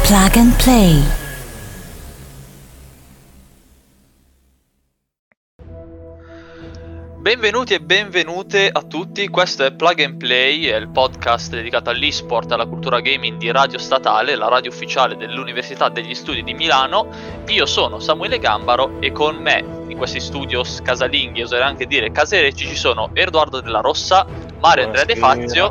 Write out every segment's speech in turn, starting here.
Plug and Play. Benvenuti e benvenute a tutti, questo è Plug and Play, è il podcast dedicato all'e-sport e alla cultura gaming di Radio Statale, la radio ufficiale dell'Università degli Studi di Milano. Io sono Samuele Gambaro e con me in questi studios casalinghi, oserei anche dire caserecci, ci sono Edoardo Della Rossa, Mario Andrea De Fazio.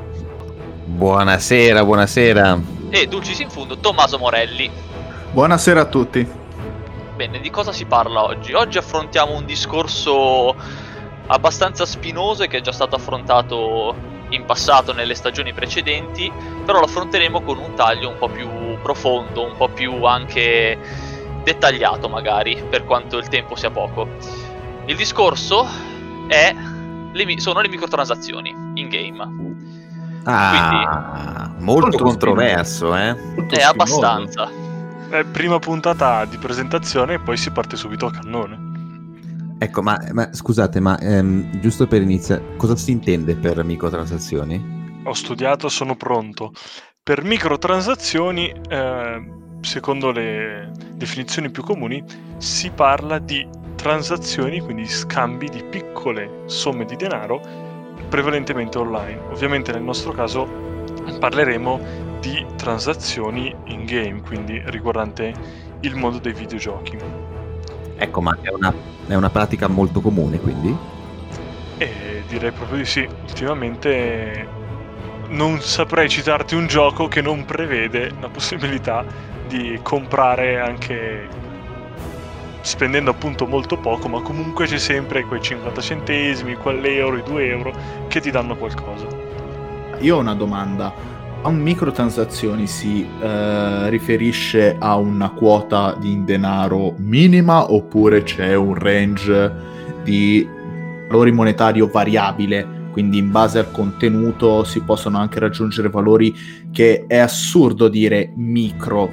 Buonasera. E dulcis in fundo Tommaso Morelli. Buonasera a tutti. Bene, di cosa si parla oggi? Oggi affrontiamo un discorso abbastanza spinoso e che è già stato affrontato in passato nelle stagioni precedenti, però lo affronteremo con un taglio un po' più profondo, un po' più anche dettagliato magari, per quanto il tempo sia poco. Il discorso sono le microtransazioni in game. Quindi, molto controverso, È abbastanza. Prima puntata di presentazione e poi si parte subito a cannone. Ecco, ma scusate, giusto per iniziare, cosa si intende per microtransazioni? Ho studiato, sono pronto. Per microtransazioni, secondo le definizioni più comuni, si parla di transazioni, quindi scambi di piccole somme di denaro, prevalentemente online. Ovviamente nel nostro caso parleremo di transazioni in game, quindi riguardante il mondo dei videogiochi. Ecco, ma è una pratica molto comune, quindi? Direi proprio di sì. Ultimamente non saprei citarti un gioco che non prevede la possibilità di comprare anche spendendo appunto molto poco, ma comunque c'è sempre quei 50 centesimi, quell'euro, i 2 euro che ti danno qualcosa. Io ho una domanda. A un microtransazioni si riferisce a una quota di denaro minima oppure c'è un range di valori monetario variabile? Quindi in base al contenuto si possono anche raggiungere valori che è assurdo dire micro.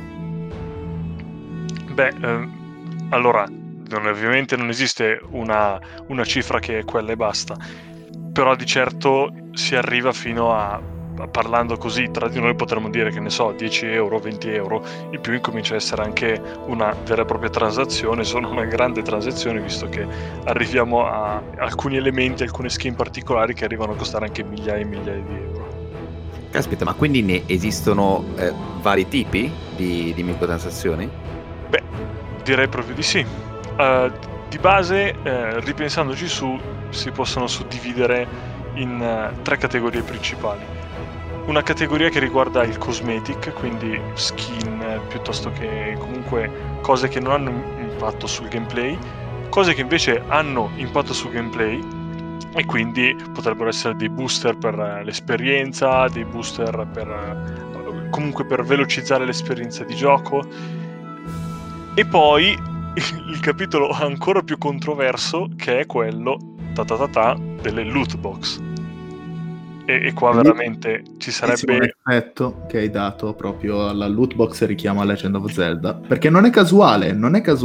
Allora, ovviamente non esiste una cifra che è quella e basta, però di certo si arriva fino a, parlando così tra di noi potremmo dire che ne so, 10 euro, 20 euro, in più incomincia a essere anche una vera e propria transazione, sono una grande transazione visto che arriviamo a alcuni elementi, alcune skin particolari che arrivano a costare anche migliaia e migliaia di euro. Caspita, ma quindi ne esistono vari tipi di microtransazioni? Beh, direi proprio di sì. Di base, ripensandoci su, si possono suddividere in 3 categorie principali. Una categoria che riguarda il cosmetic, quindi skin, piuttosto che comunque cose che non hanno impatto sul gameplay, cose che invece hanno impatto sul gameplay e quindi potrebbero essere dei booster per l'esperienza, dei booster comunque per velocizzare l'esperienza di gioco. E poi il capitolo ancora più controverso, che è quello delle loot box. E qua veramente ci sarebbe un effetto che hai dato proprio alla loot box richiama Legend of Zelda, perché non è casuale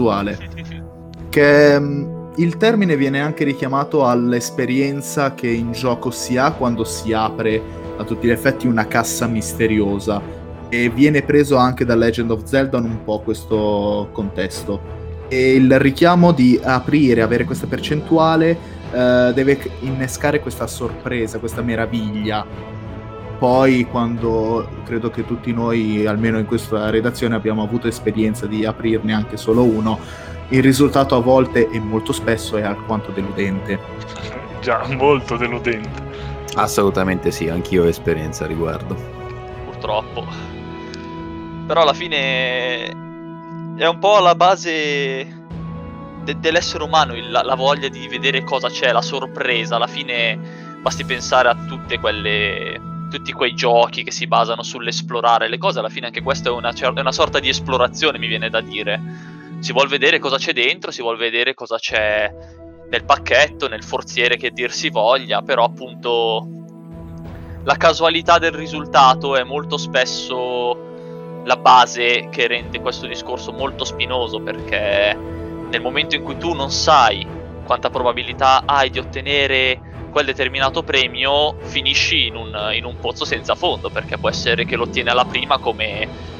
che il termine viene anche richiamato all'esperienza che in gioco si ha quando si apre a tutti gli effetti una cassa misteriosa, e viene preso anche da Legend of Zelda in un po' questo contesto, e il richiamo di aprire, avere questa percentuale deve innescare questa sorpresa, questa meraviglia. Poi quando credo che tutti noi, almeno in questa redazione, abbiamo avuto esperienza di aprirne anche solo uno, il risultato a volte e molto spesso è alquanto deludente. Già, molto deludente. Assolutamente sì, anch'io ho esperienza a riguardo. Purtroppo. Però alla fine è un po' alla base dell'essere umano la voglia di vedere cosa c'è, la sorpresa. Alla fine basti pensare a tutti quei giochi che si basano sull'esplorare le cose. Alla fine anche questa è una sorta di esplorazione, mi viene da dire. Si vuol vedere cosa c'è dentro, si vuol vedere cosa c'è nel pacchetto, nel forziere che dir si voglia, però appunto la casualità del risultato è molto spesso la base che rende questo discorso molto spinoso, perché nel momento in cui tu non sai quanta probabilità hai di ottenere quel determinato premio, finisci in un pozzo senza fondo, perché può essere che lo ottieni alla prima come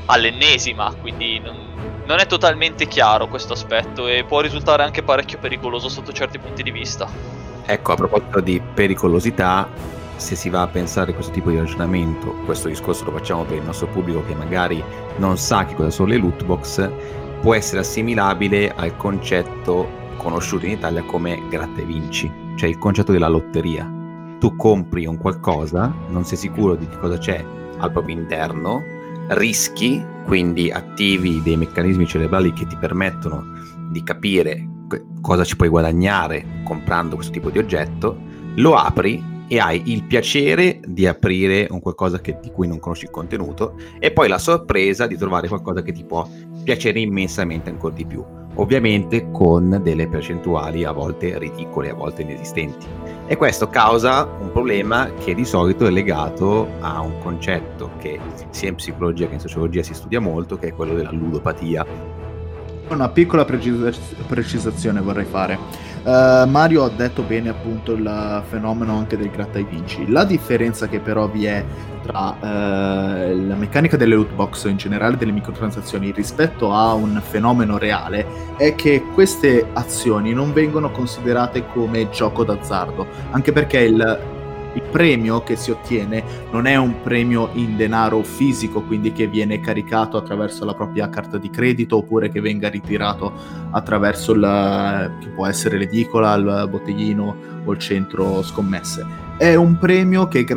all'ennesima, quindi non è totalmente chiaro questo aspetto e può risultare anche parecchio pericoloso sotto certi punti di vista. Ecco, a proposito di pericolosità, se si va a pensare questo tipo di ragionamento, questo discorso lo facciamo per il nostro pubblico che magari non sa che cosa sono le loot box, può essere assimilabile al concetto conosciuto in Italia come gratta e vinci, cioè il concetto della lotteria. Tu compri un qualcosa, non sei sicuro di che cosa c'è al proprio interno, rischi, quindi attivi dei meccanismi cerebrali che ti permettono di capire cosa ci puoi guadagnare comprando questo tipo di oggetto, lo apri e hai il piacere di aprire un qualcosa di cui non conosci il contenuto e poi la sorpresa di trovare qualcosa che ti può piacere immensamente ancora di più, ovviamente con delle percentuali a volte ridicole, a volte inesistenti, e questo causa un problema che di solito è legato a un concetto che sia in psicologia che in sociologia si studia molto, che è quello della ludopatia. Una piccola precisazione vorrei fare. Mario ha detto bene appunto il fenomeno anche del gratta e vinci. La differenza che però vi è tra la meccanica delle loot box, in generale delle microtransazioni, rispetto a un fenomeno reale, è che queste azioni non vengono considerate come gioco d'azzardo, anche perché il premio che si ottiene non è un premio in denaro fisico, quindi che viene caricato attraverso la propria carta di credito oppure che venga ritirato attraverso che può essere l'edicola, il botteghino o il centro scommesse. È un premio che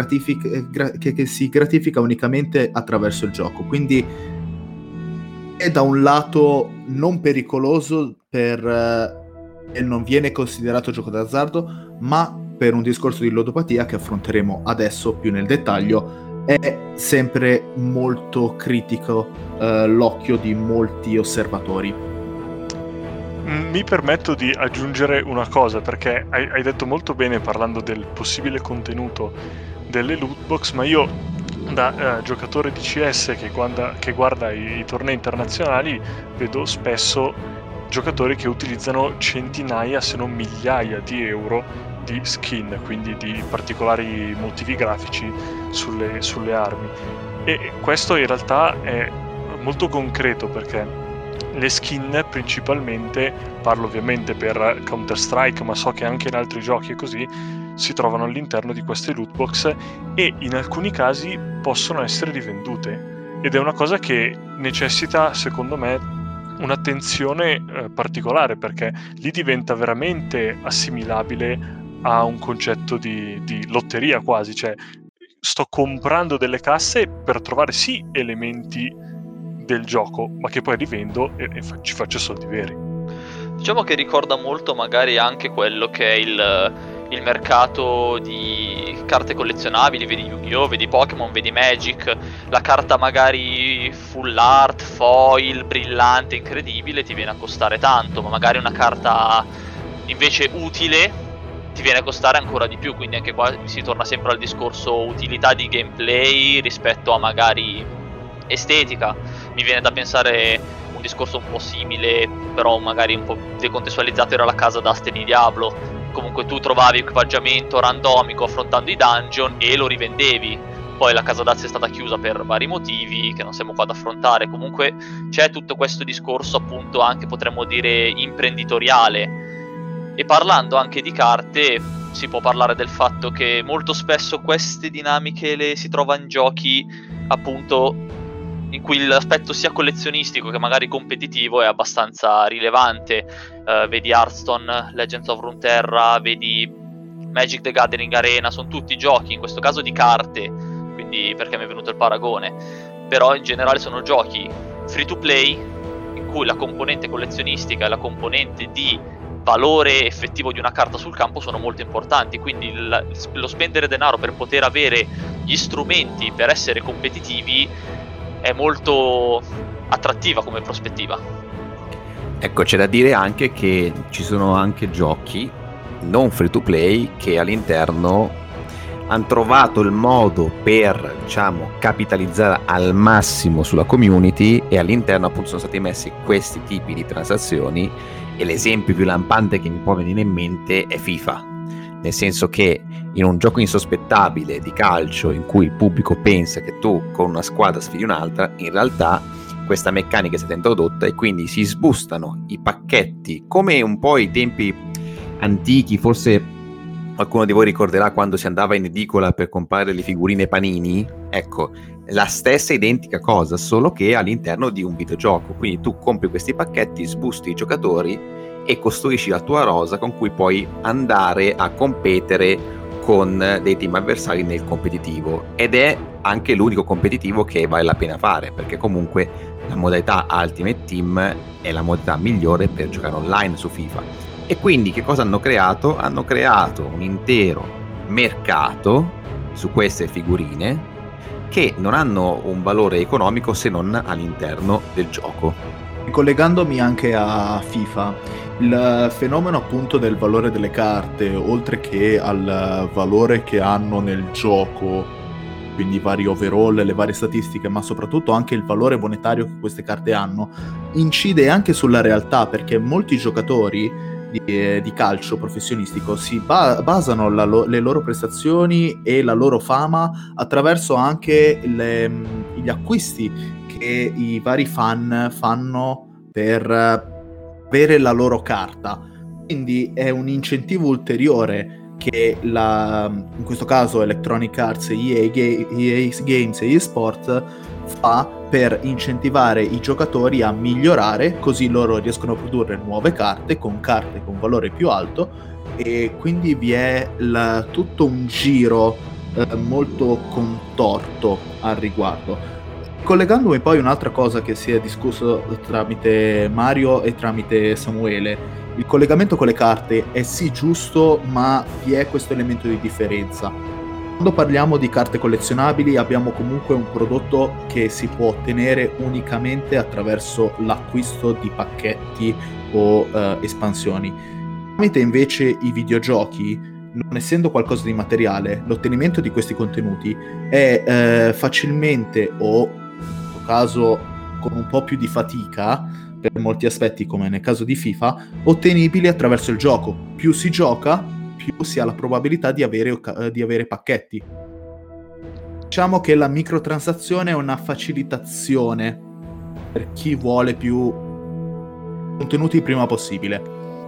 si gratifica unicamente attraverso il gioco, quindi è da un lato non pericoloso e non viene considerato gioco d'azzardo, ma per un discorso di ludopatia che affronteremo adesso più nel dettaglio, è sempre molto critico l'occhio di molti osservatori. Mi permetto di aggiungere una cosa, perché hai detto molto bene parlando del possibile contenuto delle loot box, ma io da giocatore di CS che guarda i tornei internazionali vedo spesso giocatori che utilizzano centinaia se non migliaia di euro di skin, quindi di particolari motivi grafici sulle armi, e questo in realtà è molto concreto perché le skin principalmente, parlo ovviamente per Counter Strike ma so che anche in altri giochi è così, si trovano all'interno di queste loot box e in alcuni casi possono essere rivendute, ed è una cosa che necessita secondo me un'attenzione particolare, perché lì diventa veramente assimilabile a un concetto di lotteria quasi, cioè sto comprando delle casse per trovare sì elementi del gioco, ma che poi rivendo e ci faccio soldi veri. Diciamo che ricorda molto magari anche quello che è il mercato di carte collezionabili, vedi Yu-Gi-Oh!, vedi Pokémon, vedi Magic, la carta magari full art, foil, brillante, incredibile, ti viene a costare tanto, ma magari una carta invece utile ti viene a costare ancora di più, quindi anche qua si torna sempre al discorso utilità di gameplay rispetto a magari estetica. Mi viene da pensare un discorso un po' simile, però magari un po' decontestualizzato, era la casa d'Aste di Diablo. Comunque tu trovavi equipaggiamento randomico affrontando i dungeon e lo rivendevi. Poi la casa d'Aste è stata chiusa per vari motivi che non siamo qua ad affrontare. Comunque c'è tutto questo discorso, appunto, anche potremmo dire imprenditoriale. E parlando anche di carte, si può parlare del fatto che molto spesso queste dinamiche le si trova in giochi, appunto, in cui l'aspetto sia collezionistico che magari competitivo è abbastanza rilevante. Vedi Hearthstone, Legends of Runeterra, vedi Magic the Gathering Arena, sono tutti giochi, in questo caso di carte, quindi perché mi è venuto il paragone, però in generale sono giochi free to play in cui la componente collezionistica e la componente di valore effettivo di una carta sul campo sono molto importanti, quindi lo spendere denaro per poter avere gli strumenti per essere competitivi è molto attrattiva come prospettiva. Ecco, c'è da dire anche che ci sono anche giochi non free to play che all'interno hanno trovato il modo per, diciamo, capitalizzare al massimo sulla community, e all'interno appunto sono stati messi questi tipi di transazioni, e l'esempio più lampante che mi può venire in mente è FIFA, nel senso che in un gioco insospettabile di calcio in cui il pubblico pensa che tu con una squadra sfidi un'altra, in realtà questa meccanica è stata introdotta e quindi si sbustano i pacchetti come un po' i tempi antichi. Forse qualcuno di voi ricorderà quando si andava in edicola per comprare le figurine Panini. Ecco, la stessa identica cosa, solo che all'interno di un videogioco. Quindi tu compri questi pacchetti, sbusti i giocatori e costruisci la tua rosa con cui puoi andare a competere con dei team avversari nel competitivo, ed è anche l'unico competitivo che vale la pena fare, perché comunque la modalità Ultimate Team è la modalità migliore per giocare online su FIFA. E quindi che cosa hanno creato? Hanno creato un intero mercato su queste figurine che non hanno un valore economico se non all'interno del gioco. Collegandomi anche a FIFA, il fenomeno appunto del valore delle carte, oltre che al valore che hanno nel gioco, quindi i vari overall, le varie statistiche, ma soprattutto anche il valore monetario che queste carte hanno, incide anche sulla realtà, perché molti giocatori di calcio professionistico si basano le loro prestazioni e la loro fama attraverso anche gli acquisti che i vari fan fanno per avere la loro carta. Quindi è un incentivo ulteriore che in questo caso Electronic Arts, EA Games e eSport fa per incentivare i giocatori a migliorare, così loro riescono a produrre nuove carte con valore più alto, e quindi vi è tutto un giro molto contorto al riguardo. Collegandomi poi un'altra cosa che si è discusso tramite Mario e tramite Samuele, il collegamento con le carte è sì giusto, ma vi è questo elemento di differenza. Quando parliamo di carte collezionabili abbiamo comunque un prodotto che si può ottenere unicamente attraverso l'acquisto di pacchetti o espansioni. Tramite invece i videogiochi, non essendo qualcosa di materiale, l'ottenimento di questi contenuti è facilmente, o in questo caso con un po' più di fatica per molti aspetti, come nel caso di FIFA, ottenibili attraverso il gioco. Più si gioca, più si ha la probabilità di avere pacchetti. Diciamo che la microtransazione è una facilitazione per chi vuole più contenuti il prima possibile.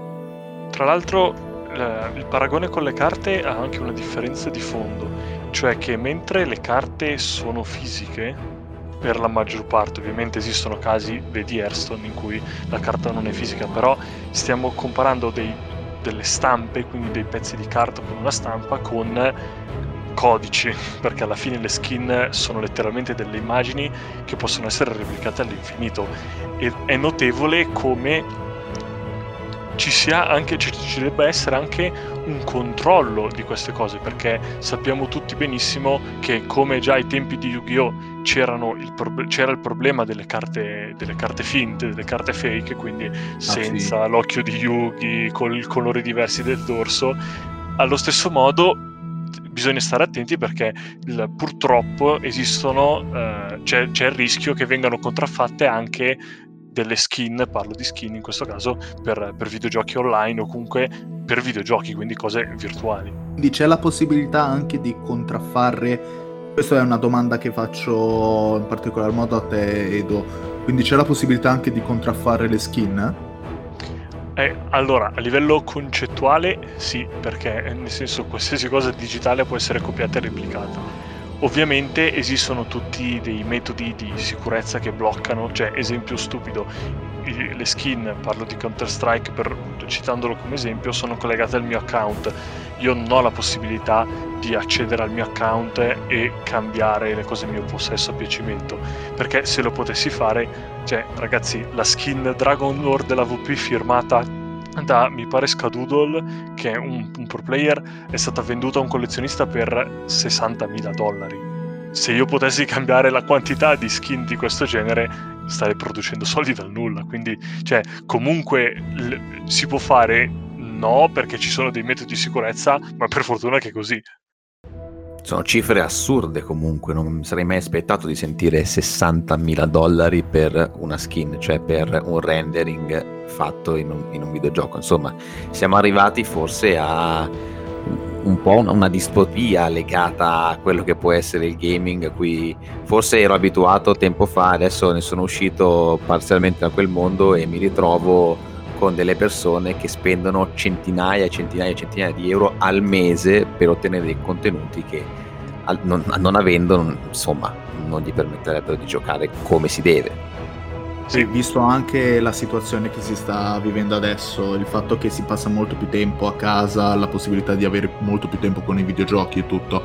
Tra l'altro il paragone con le carte ha anche una differenza di fondo, cioè che mentre le carte sono fisiche per la maggior parte, ovviamente esistono casi, vedi Hearthstone, in cui la carta non è fisica, però stiamo comparando delle stampe, quindi dei pezzi di carta con una stampa, con codici, perché alla fine le skin sono letteralmente delle immagini che possono essere replicate all'infinito, e è notevole come ci debba essere anche un controllo di queste cose, perché sappiamo tutti benissimo che, come già ai tempi di Yu-Gi-Oh! C'era il problema delle carte finte, delle carte fake, quindi senza l'occhio di Yugi, con i colori diversi del dorso. Allo stesso modo bisogna stare attenti, perché purtroppo esistono c'è il rischio che vengano contraffatte anche delle skin, parlo di skin in questo caso, per videogiochi online o comunque per videogiochi, quindi cose virtuali. Quindi c'è la possibilità anche di contraffare, questa è una domanda che faccio in particolar modo a te, Edo, quindi c'è la possibilità anche di contraffare le skin? Allora, a livello concettuale sì, perché nel senso qualsiasi cosa digitale può essere copiata e replicata. Ovviamente esistono tutti dei metodi di sicurezza che bloccano, cioè esempio stupido, le skin, parlo di Counter-Strike citandolo come esempio, sono collegate al mio account. Io non ho la possibilità di accedere al mio account e cambiare le cose a mio possesso a piacimento, perché se lo potessi fare, cioè ragazzi, la skin Dragon Lord della VP firmata da, mi pare, Skadoodle, che è un pro player, è stata venduta a un collezionista per $60.000. Se io potessi cambiare la quantità di skin di questo genere, starei producendo soldi dal nulla. Quindi, cioè, comunque si può fare, no, perché ci sono dei metodi di sicurezza, ma per fortuna che è così. Sono cifre assurde comunque, non mi sarei mai aspettato di sentire $60.000 per una skin, cioè per un rendering fatto in un videogioco. Insomma, siamo arrivati forse a un po' una distopia legata a quello che può essere il gaming, a cui forse ero abituato tempo fa, adesso ne sono uscito parzialmente da quel mondo e mi ritrovo con delle persone che spendono centinaia e centinaia e centinaia di euro al mese per ottenere dei contenuti che non avendo, insomma, non gli permetterebbero di giocare come si deve. Sì, visto anche la situazione che si sta vivendo adesso, il fatto che si passa molto più tempo a casa, la possibilità di avere molto più tempo con i videogiochi e tutto.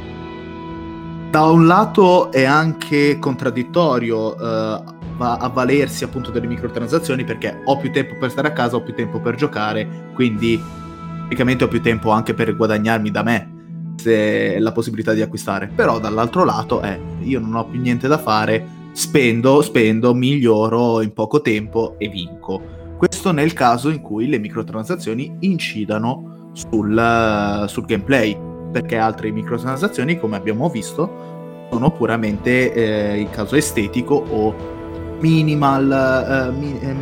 Da un lato è anche contraddittorio avvalersi appunto delle microtransazioni, perché ho più tempo per stare a casa, ho più tempo per giocare, quindi praticamente ho più tempo anche per guadagnarmi da me se la possibilità di acquistare. Però dall'altro lato io non ho più niente da fare, spendo, miglioro in poco tempo e vinco. Questo nel caso in cui le microtransazioni incidano sul gameplay, perché altre microtransazioni, come abbiamo visto, sono puramente in caso estetico o minimal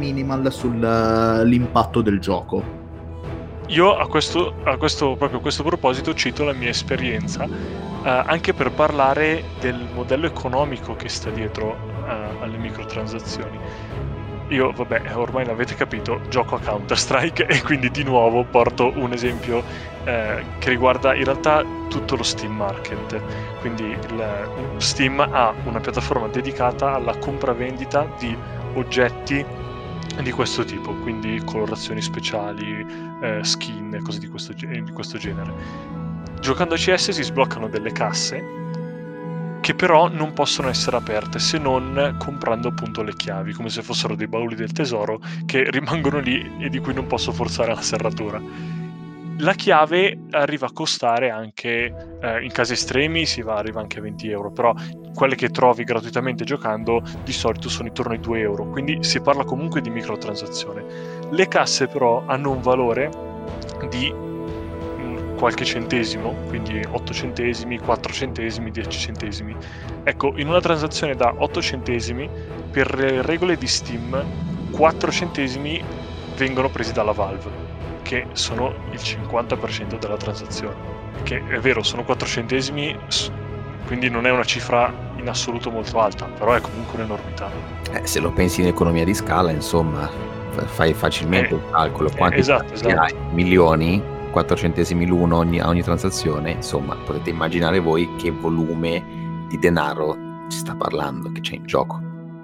sull'impatto del gioco. Io a questo proposito cito la mia esperienza, anche per parlare del modello economico che sta dietro alle microtransazioni. Io, vabbè, ormai l'avete capito, gioco a Counter-Strike e quindi di nuovo porto un esempio che riguarda in realtà tutto lo Steam Market. Quindi Steam ha una piattaforma dedicata alla compravendita di oggetti di questo tipo, quindi colorazioni speciali, skin, cose di questo genere. Giocando a CS si sbloccano delle casse che però non possono essere aperte se non comprando appunto le chiavi, come se fossero dei bauli del tesoro che rimangono lì e di cui non posso forzare la serratura. La chiave arriva a costare anche, in casi estremi arriva anche a 20 euro, però quelle che trovi gratuitamente giocando di solito sono intorno ai 2 euro, quindi si parla comunque di microtransazione. Le casse però hanno un valore di qualche centesimo, quindi 8 centesimi, 4 centesimi, 10 centesimi. Ecco, in una transazione da 8 centesimi, per le regole di Steam, 4 centesimi vengono presi dalla Valve, che sono il 50% della transazione. Che è vero, sono 4 centesimi, quindi non è una cifra in assoluto molto alta, però è comunque un'enormità. Se lo pensi in economia di scala, insomma, fai facilmente il calcolo. Quanti esatto. hai? Milioni? 4 centesimi l'uno a ogni transazione, insomma, potete immaginare voi che volume di denaro si sta parlando, che c'è in gioco.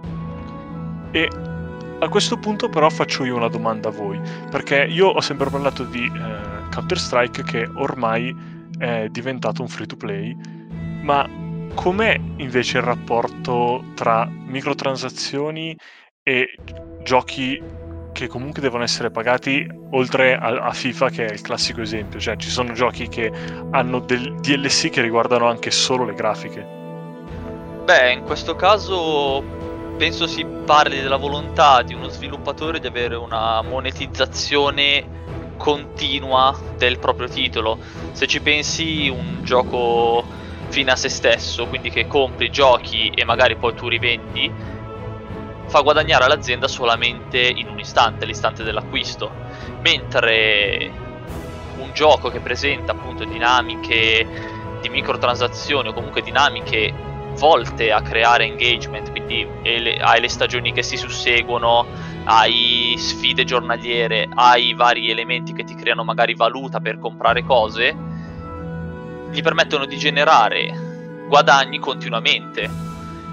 E a questo punto però faccio io una domanda a voi, perché io ho sempre parlato di Counter-Strike, che ormai è diventato un free to play, ma com'è invece il rapporto tra microtransazioni e giochi che comunque devono essere pagati, oltre a FIFA, che è il classico esempio? Cioè ci sono giochi che hanno del DLC che riguardano anche solo le grafiche. Beh, in questo caso penso si parli della volontà di uno sviluppatore di avere una monetizzazione continua del proprio titolo. Se ci pensi, un gioco fine a se stesso, quindi che compri, giochi e magari poi tu rivendi, fa guadagnare all'azienda solamente in un istante, l'istante dell'acquisto, mentre un gioco che presenta appunto dinamiche di microtransazioni o comunque dinamiche volte a creare engagement, quindi hai le stagioni che si susseguono, hai sfide giornaliere, hai vari elementi che ti creano magari valuta per comprare cose, gli permettono di generare guadagni continuamente.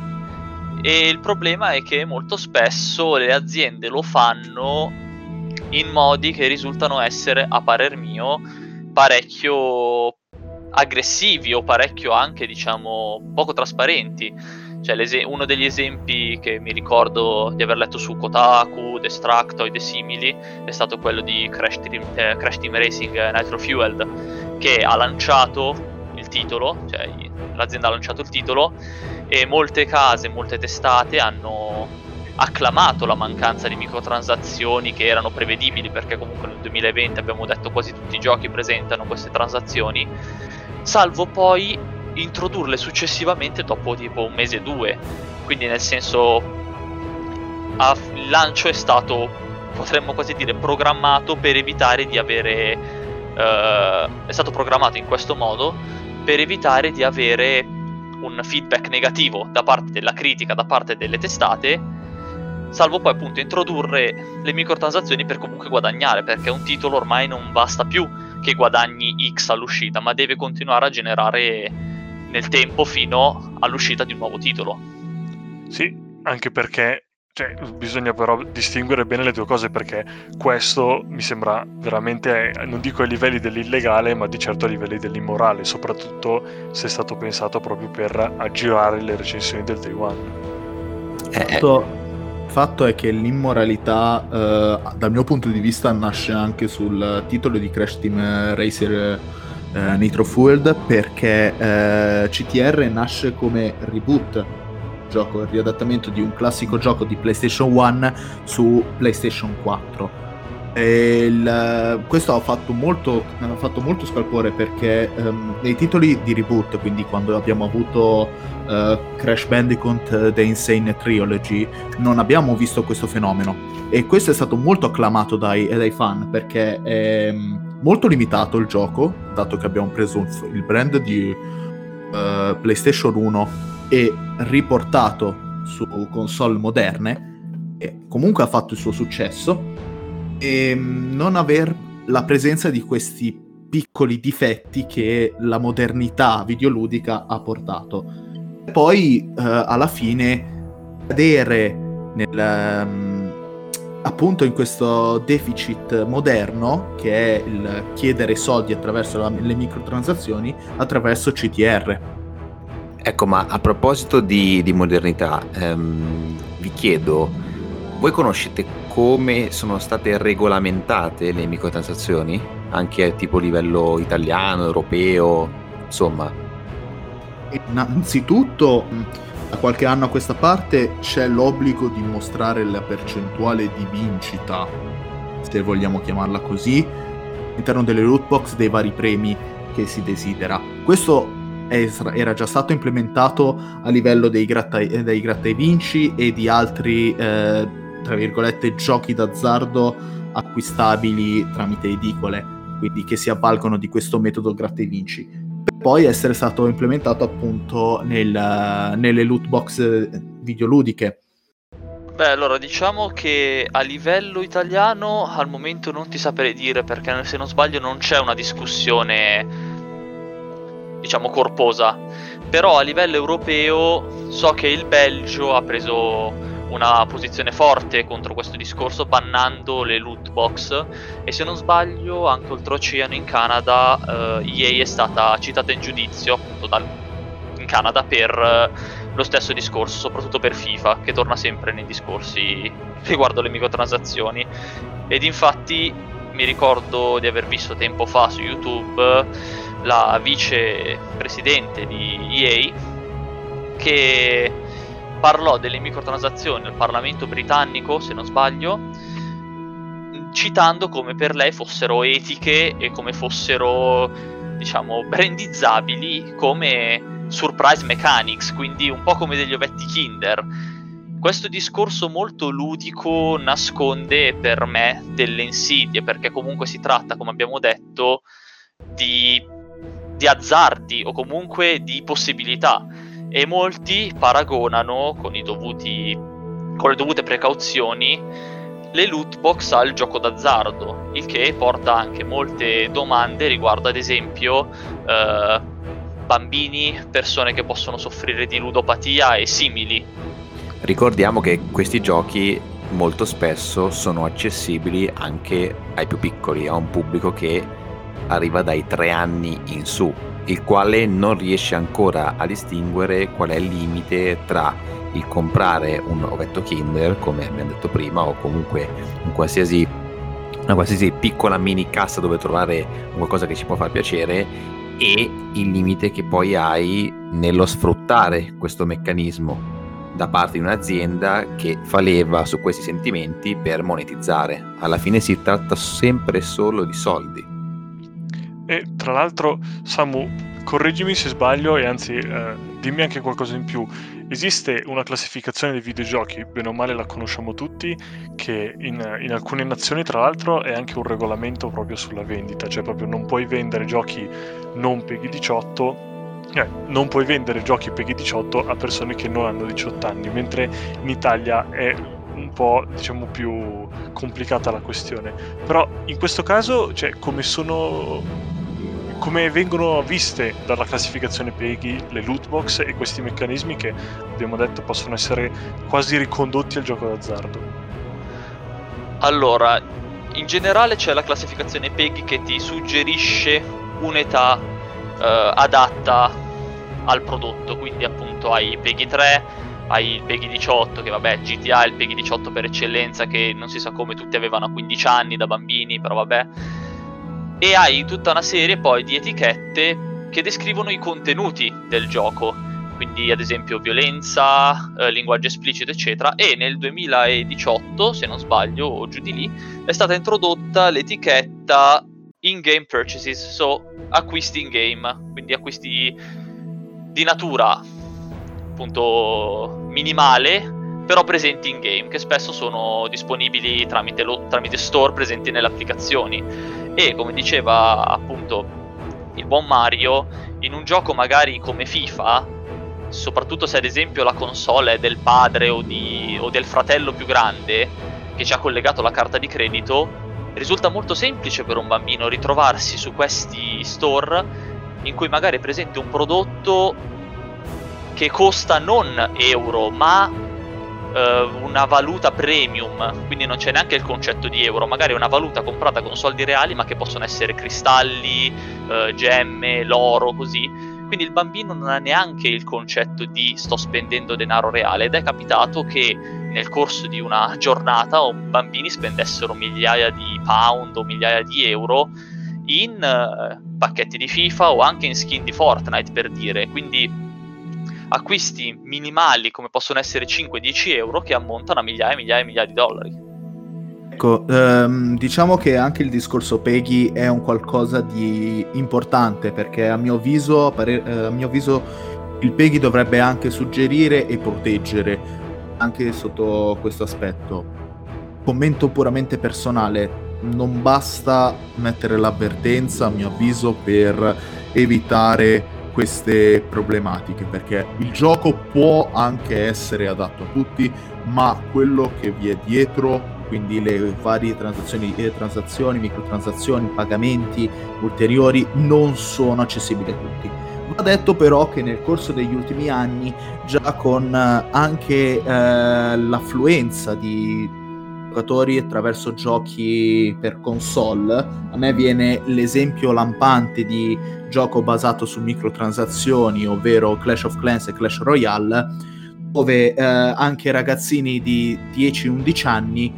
E il problema è che molto spesso le aziende lo fanno in modi che risultano essere, a parer mio, parecchio aggressivi o parecchio anche, diciamo, poco trasparenti. Cioè, uno degli esempi che mi ricordo di aver letto su Kotaku, Destructoid e simili è stato quello di Crash Team Racing Nitro Fueled, che ha lanciato il titolo, cioè l'azienda ha lanciato il titolo, e molte case, molte testate hanno acclamato la mancanza di microtransazioni che erano prevedibili, perché comunque nel 2020 abbiamo detto quasi tutti i giochi presentano queste transazioni, salvo poi introdurle successivamente dopo tipo un mese o due. Quindi nel senso il lancio è stato, potremmo quasi dire, programmato per evitare di avere è stato programmato in questo modo per evitare di avere un feedback negativo da parte della critica, da parte delle testate, salvo poi appunto introdurre le microtransazioni per comunque guadagnare, perché un titolo ormai non basta più che guadagni X all'uscita, ma deve continuare a generare nel tempo fino all'uscita di un nuovo titolo. Sì, anche perché bisogna però distinguere bene le due cose, perché questo mi sembra veramente, non dico ai livelli dell'illegale, ma di certo a livelli dell'immorale, soprattutto se è stato pensato proprio per aggirare le recensioni del Day One. Il fatto è che l'immoralità, dal mio punto di vista, nasce anche sul titolo di Crash Team Racer Nitro Fueled, perché CTR nasce come reboot, gioco, il riadattamento di un classico gioco di PlayStation 1 su PlayStation 4. Questo ha fatto molto scalpore, perché nei titoli di reboot, quindi quando abbiamo avuto Crash Bandicoot The Insane Trilogy, non abbiamo visto questo fenomeno, e questo è stato molto acclamato dai fan, perché è molto limitato il gioco, dato che abbiamo preso il brand di PlayStation 1 e riportato su console moderne, e comunque ha fatto il suo successo, e non aver la presenza di questi piccoli difetti che la modernità videoludica ha portato. E poi alla fine cadere appunto in questo deficit moderno, che è il chiedere soldi attraverso le microtransazioni, attraverso CTR. Ecco, ma a proposito di modernità, vi chiedo, voi conoscete come sono state regolamentate le microtransazioni? Anche a tipo livello italiano, europeo, insomma? Innanzitutto, da qualche anno a questa parte c'è l'obbligo di mostrare la percentuale di vincita, se vogliamo chiamarla così, all'interno delle loot box dei vari premi che si desidera. Questo era già stato implementato a livello dei gratta e vinci e di altri tra virgolette giochi d'azzardo acquistabili tramite edicole, quindi che si avvalgono di questo metodo gratta e vinci, per poi essere stato implementato appunto nelle loot box videoludiche. Beh, allora diciamo che a livello italiano al momento non ti saprei dire, perché se non sbaglio non c'è una discussione diciamo corposa, però a livello europeo so che il Belgio ha preso una posizione forte contro questo discorso, bannando le loot box, e se non sbaglio anche oltreoceano in Canada EA è stata citata in giudizio appunto in Canada per lo stesso discorso, soprattutto per FIFA, che torna sempre nei discorsi riguardo le microtransazioni. Ed infatti mi ricordo di aver visto tempo fa su YouTube la vicepresidente di EA che parlò delle microtransazioni al Parlamento britannico, se non sbaglio, citando come per lei fossero etiche e come fossero, diciamo, brandizzabili come surprise mechanics, quindi un po' come degli ovetti Kinder. Questo discorso molto ludico nasconde per me delle insidie, perché comunque si tratta, come abbiamo detto, di azzardi o comunque di possibilità, e molti paragonano con le dovute precauzioni le loot box al gioco d'azzardo, il che porta anche molte domande riguardo ad esempio bambini, persone che possono soffrire di ludopatia e simili. Ricordiamo che questi giochi molto spesso sono accessibili anche ai più piccoli, a un pubblico che arriva dai 3 anni in su, il quale non riesce ancora a distinguere qual è il limite tra il comprare un ovetto Kinder, come abbiamo detto prima, o comunque una qualsiasi piccola mini cassa dove trovare qualcosa che ci può far piacere, e il limite che poi hai nello sfruttare questo meccanismo da parte di un'azienda che fa leva su questi sentimenti per monetizzare. Alla fine si tratta sempre solo di soldi. E tra l'altro, Samu, correggimi se sbaglio, e anzi dimmi anche qualcosa in più. esiste una classificazione dei videogiochi, bene o male la conosciamo tutti, che in alcune nazioni tra l'altro è anche un regolamento proprio sulla vendita, cioè proprio non puoi vendere giochi non PEGI 18, non puoi vendere giochi PEGI 18 a persone che non hanno 18 anni, mentre in Italia è un po', diciamo, più complicata la questione. Però in questo caso, cioè, come vengono viste dalla classificazione PEGI le loot box e questi meccanismi che abbiamo detto possono essere quasi ricondotti al gioco d'azzardo? Allora, in generale c'è la classificazione PEGI che ti suggerisce un'età adatta al prodotto, quindi appunto hai PEGI 3, hai il PEGI 18, che vabbè, GTA è il PEGI 18 per eccellenza, che non si sa come tutti avevano a 15 anni da bambini, però vabbè. E hai tutta una serie poi di etichette che descrivono i contenuti del gioco, quindi ad esempio violenza, linguaggio esplicito eccetera. E nel 2018, se non sbaglio, o giù di lì, è stata introdotta l'etichetta in-game purchases, acquisti in-game, quindi acquisti di natura appunto minimale, però presenti in-game, che spesso sono disponibili tramite store presenti nelle applicazioni. E come diceva appunto il buon Mario, in un gioco magari come FIFA, soprattutto se ad esempio la console è del padre o del fratello più grande che ci ha collegato la carta di credito, risulta molto semplice per un bambino ritrovarsi su questi store in cui magari è presente un prodotto che costa non euro ma una valuta premium, quindi non c'è neanche il concetto di euro, magari è una valuta comprata con soldi reali ma che possono essere cristalli, gemme, l'oro, così. Quindi il bambino non ha neanche il concetto di sto spendendo denaro reale, ed è capitato che nel corso di una giornata bambini spendessero migliaia di pound o migliaia di euro in pacchetti di FIFA o anche in skin di Fortnite, per dire. Quindi acquisti minimali come possono essere 5-10 euro che ammontano a migliaia e migliaia e migliaia di dollari. Ecco, diciamo che anche il discorso PEGI è un qualcosa di importante, perché a mio avviso il PEGI dovrebbe anche suggerire e proteggere anche sotto questo aspetto. Commento puramente personale: non basta mettere l'avvertenza, a mio avviso, per evitare queste problematiche, perché il gioco può anche essere adatto a tutti, ma quello che vi è dietro, quindi le varie transazioni, microtransazioni, pagamenti ulteriori, non sono accessibili a tutti. Va detto però che nel corso degli ultimi anni, già con anche l'affluenza di giocatori attraverso giochi per console, a me viene l'esempio lampante di gioco basato su microtransazioni, ovvero Clash of Clans e Clash Royale, dove anche ragazzini di 10-11 anni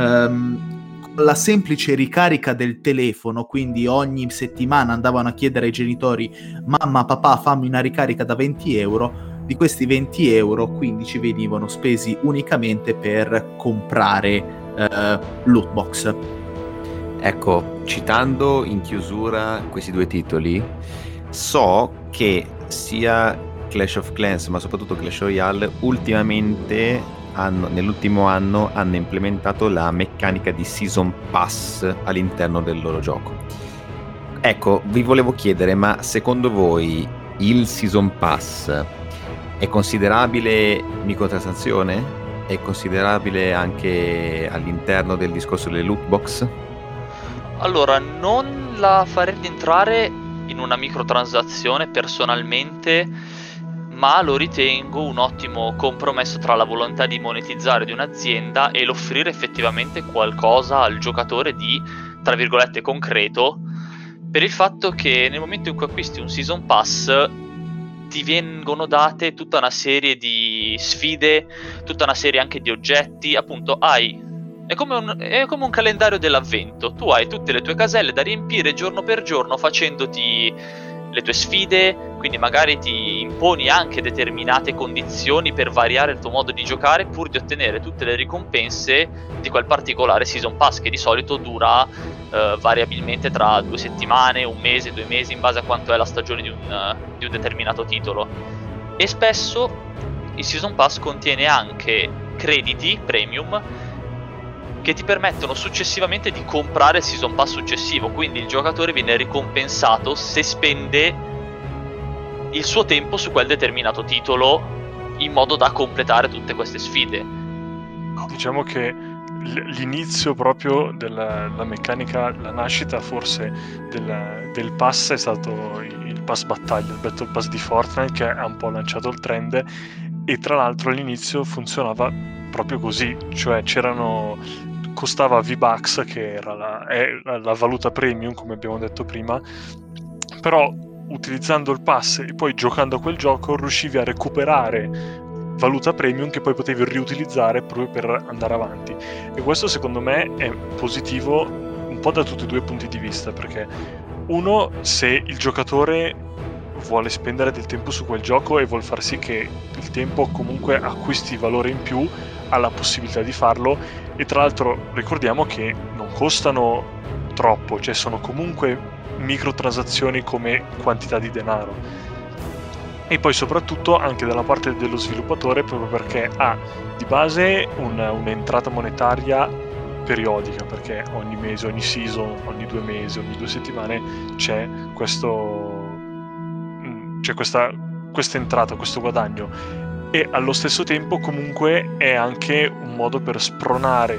con la semplice ricarica del telefono, quindi ogni settimana andavano a chiedere ai genitori: mamma, papà, fammi una ricarica da 20 euro. Di questi 20 euro, 15 venivano spesi unicamente per comprare loot box. Ecco, citando in chiusura questi due titoli, so che sia Clash of Clans ma soprattutto Clash Royale ultimamente nell'ultimo anno hanno implementato la meccanica di Season Pass all'interno del loro gioco. Ecco, vi volevo chiedere, ma secondo voi il Season Pass è considerabile microtransazione? È considerabile anche all'interno del discorso delle loot box? Allora, non la farei rientrare in una microtransazione personalmente, ma lo ritengo un ottimo compromesso tra la volontà di monetizzare di un'azienda e l'offrire effettivamente qualcosa al giocatore di, tra virgolette, concreto, per il fatto che nel momento in cui acquisti un Season Pass ti vengono date tutta una serie di sfide, tutta una serie anche di oggetti. Appunto è come un calendario dell'avvento. Tu hai tutte le tue caselle da riempire giorno per giorno facendoti le tue sfide, quindi magari ti imponi anche determinate condizioni per variare il tuo modo di giocare pur di ottenere tutte le ricompense di quel particolare Season Pass, che di solito dura variabilmente tra 2 settimane, 1 mese, 2 mesi, in base a quanto è la stagione di un determinato titolo. E spesso il Season Pass contiene anche crediti premium che ti permettono successivamente di comprare il Season Pass successivo, quindi il giocatore viene ricompensato se spende il suo tempo su quel determinato titolo in modo da completare tutte queste sfide. Diciamo che l'inizio proprio della meccanica, la nascita forse del pass è stato il pass battaglia, il Battle Pass di Fortnite, che ha un po' lanciato il trend, e tra l'altro all'inizio funzionava proprio così, cioè costava V-Bucks, che era la valuta premium, come abbiamo detto prima, però utilizzando il pass e poi giocando a quel gioco riuscivi a recuperare valuta premium che poi potevi riutilizzare proprio per andare avanti. E questo secondo me è positivo un po' da tutti e due i punti di vista, perché uno, se il giocatore vuole spendere del tempo su quel gioco e vuol far sì che il tempo comunque acquisti valore in più, ha la possibilità di farlo, e tra l'altro ricordiamo che non costano troppo, cioè sono comunque microtransazioni come quantità di denaro. E poi soprattutto anche dalla parte dello sviluppatore, proprio perché ha di base un'entrata monetaria periodica, perché ogni mese, ogni season, ogni 2 mesi, ogni 2 settimane c'è questa entrata, questo guadagno, e allo stesso tempo comunque è anche un modo per spronare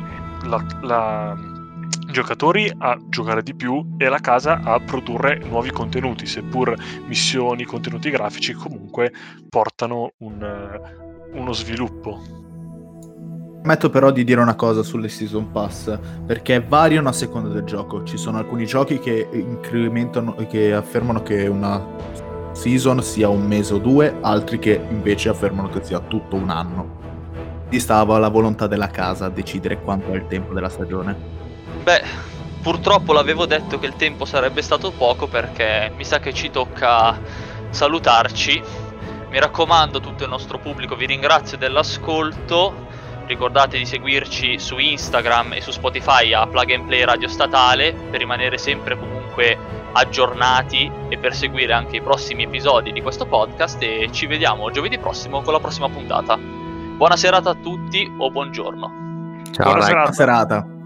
giocatori a giocare di più e la casa a produrre nuovi contenuti, seppur missioni, contenuti grafici, comunque portano uno sviluppo. Permetto però di dire una cosa sulle Season Pass, perché variano a seconda del gioco. Ci sono alcuni giochi che incrementano, che affermano che una season sia 1 mese o 2, altri che invece affermano che sia tutto un anno. Quindi stava alla volontà della casa a decidere quanto è il tempo della stagione. Beh, purtroppo l'avevo detto che il tempo sarebbe stato poco, perché mi sa che ci tocca salutarci. Mi raccomando, tutto il nostro pubblico, vi ringrazio dell'ascolto. Ricordate di seguirci su Instagram e su Spotify a Plug and Play Radio Statale per rimanere sempre comunque aggiornati e per seguire anche i prossimi episodi di questo podcast, e ci vediamo giovedì prossimo con la prossima puntata. Buona serata a tutti o buongiorno. Ciao, Buona ragazzi. Buona serata.